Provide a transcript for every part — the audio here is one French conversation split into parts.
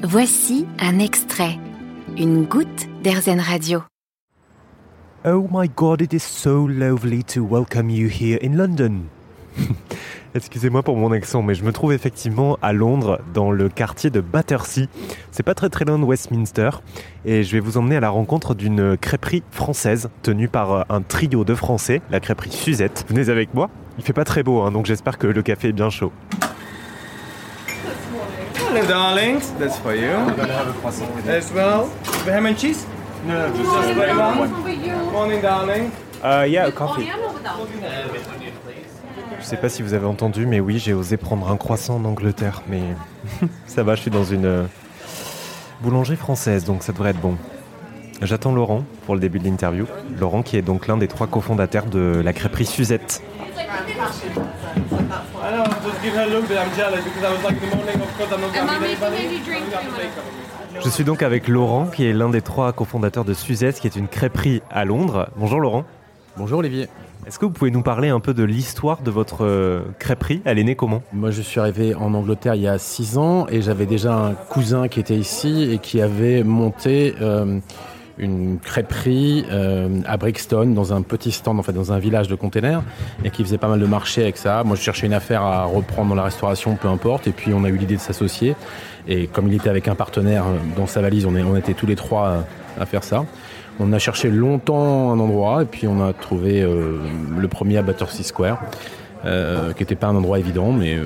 Voici un extrait, une goutte d'Airzen Radio. Oh my God, it is so lovely to welcome you here in London. Excusez-moi pour mon accent, mais je me trouve effectivement à Londres, dans le quartier de Battersea. C'est pas très loin de Westminster. Et je vais vous emmener à la rencontre d'une crêperie française, tenue par un trio de Français, la crêperie Suzette. Venez avec moi. Il fait pas très beau, donc j'espère que le café est bien chaud. Hello, darlings. That's for you. I'm gonna have a croissant with you. As well. The ham and cheese? No, Just plain one. Morning, darling. Yeah, coffee. Je sais pas si vous avez entendu, mais oui, j'ai osé prendre un croissant en Angleterre, mais ça va, je suis dans une boulangerie française, donc ça devrait être bon. J'attends Laurent pour le début de l'interview. Laurent qui est donc l'un des 3 cofondateurs de la crêperie Suzette. Je suis donc avec Laurent qui est l'un des 3 cofondateurs de Suzette, qui est une crêperie à Londres. Bonjour Laurent. Bonjour Olivier. Est-ce que vous pouvez nous parler un peu de l'histoire de votre crêperie ? Elle est née comment ? Moi je suis arrivé en Angleterre il y a 6 ans et j'avais déjà un cousin qui était ici et qui avait monté une crêperie à Brixton, dans un petit stand, en fait, dans un village de containers, et qui faisait pas mal de marchés avec ça. Moi je cherchais une affaire à reprendre dans la restauration, peu importe, et puis on a eu l'idée de s'associer. Et comme il était avec un partenaire dans sa valise, on était tous les 3 à faire ça. On a cherché longtemps un endroit et puis on a trouvé le premier à Battersea Square, qui n'était pas un endroit évident, mais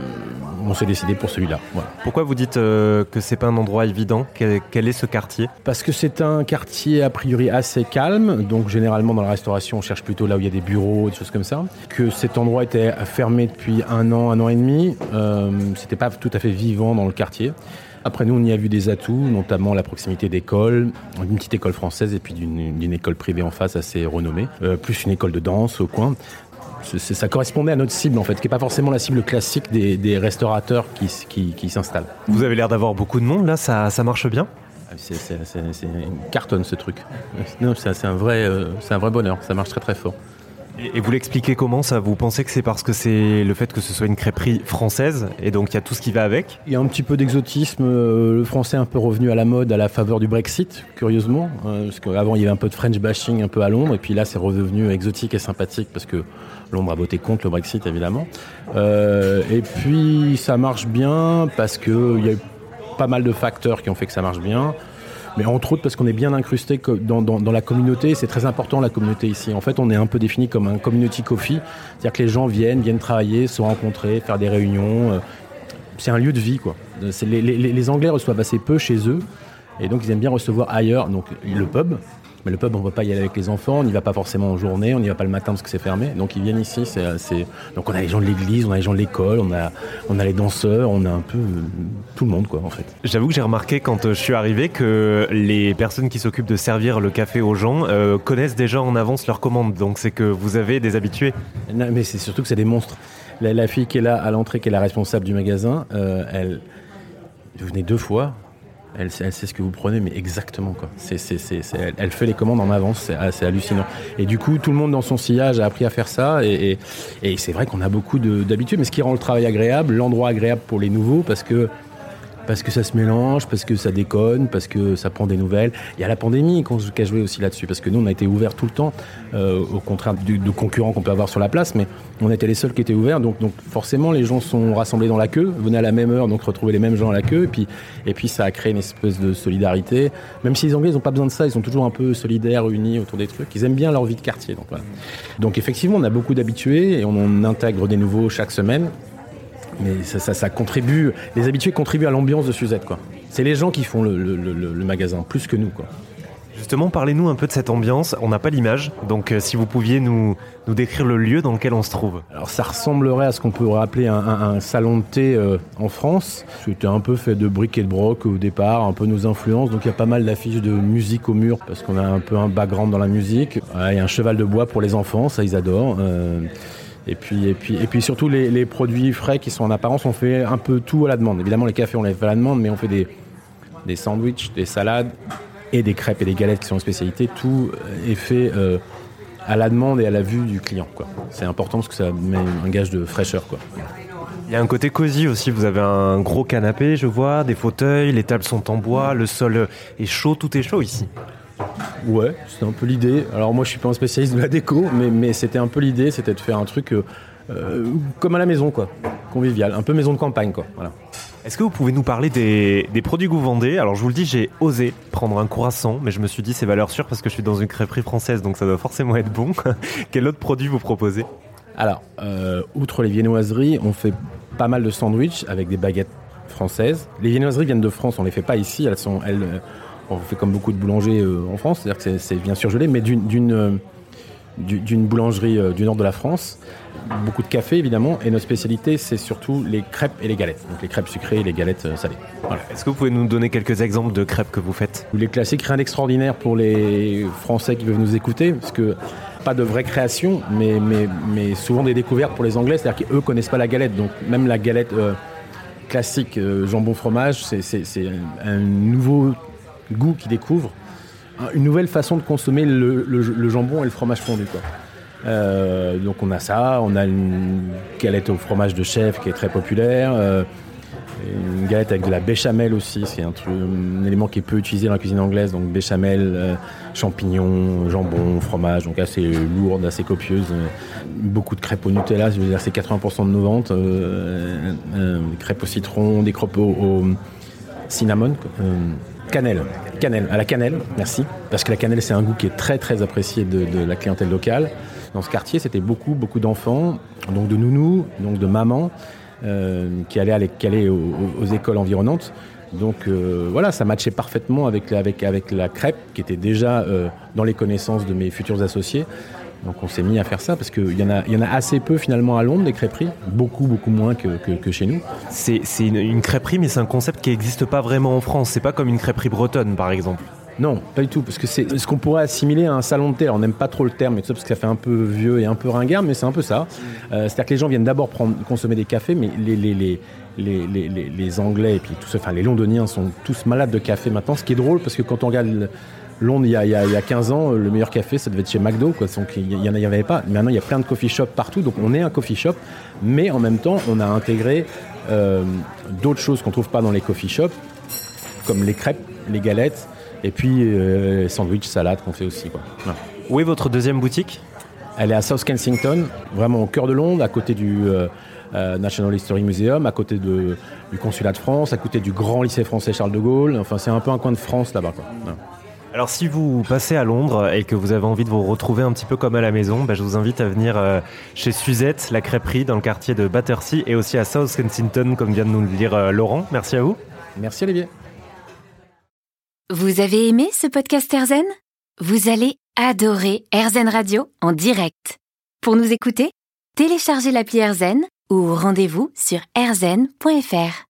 on s'est décidé pour celui-là. Voilà. Pourquoi vous dites que c'est pas un endroit évident ? Quel est ce quartier ? Parce que c'est un quartier a priori assez calme, donc généralement dans la restauration on cherche plutôt là où il y a des bureaux, des choses comme ça. Que cet endroit était fermé depuis un an et demi, c'était pas tout à fait vivant dans le quartier. Après nous on y a vu des atouts, notamment la proximité d'écoles, une petite école française et puis d'une école privée en face assez renommée, plus une école de danse au coin. Ça correspondait à notre cible en fait, qui n'est pas forcément la cible classique des restaurateurs qui s'installent. Vous avez l'air d'avoir beaucoup de monde là, ça marche bien ? C'est une cartonne ce truc. Non, c'est un vrai bonheur, ça marche très fort. Et vous l'expliquez comment ça ? Vous pensez que c'est parce que c'est le fait que ce soit une crêperie française et donc il y a tout ce qui va avec ? Il y a un petit peu d'exotisme, le français est un peu revenu à la mode à la faveur du Brexit, curieusement, parce qu'avant il y avait un peu de French bashing un peu à Londres et puis là c'est redevenu exotique et sympathique parce que Londres a voté contre le Brexit évidemment. Et puis ça marche bien parce qu'il y a eu pas mal de facteurs qui ont fait que ça marche bien. Mais entre autres parce qu'on est bien incrusté dans la communauté, c'est très important la communauté ici. En fait, on est un peu défini comme un community coffee, c'est-à-dire que les gens viennent travailler, se rencontrer, faire des réunions. C'est un lieu de vie, quoi. Les Anglais reçoivent assez peu chez eux, et donc ils aiment bien recevoir ailleurs. Donc le pub, mais le pub on ne peut pas y aller avec les enfants, on n'y va pas forcément en journée, on n'y va pas le matin parce que c'est fermé. Donc ils viennent ici, donc on a les gens de l'église, on a les gens de l'école, on a les danseurs, on a un peu tout le monde quoi en fait. J'avoue que j'ai remarqué quand je suis arrivé que les personnes qui s'occupent de servir le café aux gens connaissent déjà en avance leurs commandes, donc c'est que vous avez des habitués. Non, mais c'est surtout que c'est des monstres. La fille qui est là à l'entrée, qui est la responsable du magasin, elle venait 2 fois. Elle sait ce que vous prenez, mais exactement quoi. Elle fait les commandes en avance, c'est hallucinant. Et du coup, tout le monde dans son sillage a appris à faire ça. Et c'est vrai qu'on a beaucoup d'habitudes, mais ce qui rend le travail agréable, l'endroit agréable pour les nouveaux, parce que ça se mélange, parce que ça déconne, parce que ça prend des nouvelles. Il y a la pandémie qui a joué aussi là-dessus, parce que nous, on a été ouverts tout le temps, au contraire de concurrents qu'on peut avoir sur la place, mais on était les seuls qui étaient ouverts, donc forcément, les gens sont rassemblés dans la queue, venaient à la même heure, donc retrouver les mêmes gens à la queue, et puis ça a créé une espèce de solidarité. Même si les Anglais, ils n'ont pas besoin de ça, ils sont toujours un peu solidaires, unis autour des trucs, ils aiment bien leur vie de quartier. Donc, voilà. Donc effectivement, on a beaucoup d'habitués, et on en intègre des nouveaux chaque semaine. Mais ça contribue, les habitués contribuent à l'ambiance de Suzette, quoi. C'est les gens qui font le magasin, plus que nous, quoi. Justement, parlez-nous un peu de cette ambiance. On n'a pas l'image, donc si vous pouviez nous décrire le lieu dans lequel on se trouve. Alors ça ressemblerait à ce qu'on pourrait appeler un salon de thé en France. C'était un peu fait de briques et de broc au départ, un peu nos influences. Donc il y a pas mal d'affiches de musique au mur, parce qu'on a un peu un background dans la musique. Il y a un cheval de bois pour les enfants, ça ils adorent. Et puis surtout les produits frais qui sont en apparence, on fait un peu tout à la demande. Évidemment les cafés on les fait à la demande, mais on fait des sandwichs, des salades et des crêpes et des galettes qui sont une spécialité. Tout est fait à la demande et à la vue du client, quoi. C'est important parce que ça met un gage de fraîcheur, quoi. Il y a un côté cosy aussi, vous avez un gros canapé, je vois, des fauteuils, les tables sont en bois, le sol est chaud, tout est chaud ici. Ouais, c'était un peu l'idée. Alors moi je suis pas un spécialiste de la déco, mais c'était un peu l'idée, c'était de faire un truc comme à la maison, quoi, convivial, un peu maison de campagne, quoi. Voilà. Est-ce que vous pouvez nous parler des produits que vous vendez ? Alors je vous le dis, j'ai osé prendre un croissant, mais je me suis dit c'est valeur sûre parce que je suis dans une crêperie française, donc ça doit forcément être bon. Quel autre produit vous proposez ? Alors, outre les viennoiseries, on fait pas mal de sandwichs avec des baguettes françaises. Les viennoiseries viennent de France, on les fait pas ici, on fait comme beaucoup de boulangers en France, c'est-à-dire que c'est bien surgelé, mais d'une boulangerie du nord de la France. Beaucoup de café évidemment, et notre spécialité c'est surtout les crêpes et les galettes. Donc les crêpes sucrées et les galettes salées. Voilà. Est-ce que vous pouvez nous donner quelques exemples de crêpes que vous faites ? Les classiques, rien d'extraordinaire pour les Français qui veulent nous écouter, parce que pas de vraie création, mais souvent des découvertes pour les Anglais, c'est-à-dire qu'eux connaissent pas la galette, donc même la galette classique jambon fromage, c'est un nouveau goût qu'ils découvrent, une nouvelle façon de consommer le jambon et le fromage fondu, quoi. Donc on a ça, on a une galette au fromage de chèvre qui est très populaire, une galette avec de la béchamel aussi, c'est un élément qui est peu utilisé dans la cuisine anglaise, donc béchamel, champignons, jambon, fromage, donc assez lourde, assez copieuse. Beaucoup de crêpes au Nutella, je veux dire c'est 80% de nos ventes, des crêpes au citron, des crêpes au cinnamon, cannelle, à la cannelle, merci, parce que la cannelle c'est un goût qui est très très apprécié de la clientèle locale. Dans ce quartier, c'était beaucoup d'enfants, donc de nounous, donc de mamans, qui allaient aux écoles environnantes. Donc voilà, ça matchait parfaitement avec la crêpe, qui était déjà dans les connaissances de mes futurs associés. Donc on s'est mis à faire ça, parce qu'il y en a assez peu finalement à Londres, des crêperies, beaucoup moins que chez nous. C'est une crêperie, mais c'est un concept qui n'existe pas vraiment en France. C'est pas comme une crêperie bretonne, par exemple. Non, pas du tout, parce que c'est ce qu'on pourrait assimiler à un salon de thé. Alors, on n'aime pas trop le terme, parce que ça fait un peu vieux et un peu ringard, mais c'est un peu ça. C'est-à-dire que les gens viennent d'abord consommer des cafés, mais les Anglais et puis tout ça, enfin les Londoniens sont tous malades de café maintenant. Ce qui est drôle, parce que quand on regarde Londres il y a 15 ans, le meilleur café, ça devait être chez McDo, quoi. Donc il y avait pas. Maintenant, il y a plein de coffee shops partout, donc on est un coffee shop, mais en même temps, on a intégré d'autres choses qu'on trouve pas dans les coffee shops, comme les crêpes, les galettes. Et puis, sandwich, salade qu'on fait aussi, quoi. Voilà. Où est votre deuxième boutique ? Elle est à South Kensington, vraiment au cœur de Londres, à côté du National History Museum, à côté du consulat de France, à côté du grand lycée français Charles de Gaulle. Enfin, c'est un peu un coin de France là-bas, quoi. Voilà. Alors si vous passez à Londres et que vous avez envie de vous retrouver un petit peu comme à la maison, je vous invite à venir chez Suzette, la crêperie dans le quartier de Battersea, et aussi à South Kensington, comme vient de nous le dire Laurent. Merci à vous. Merci Olivier. Vous avez aimé ce podcast AirZen ? Vous allez adorer AirZen Radio en direct. Pour nous écouter, téléchargez l'appli AirZen ou rendez-vous sur airzen.fr.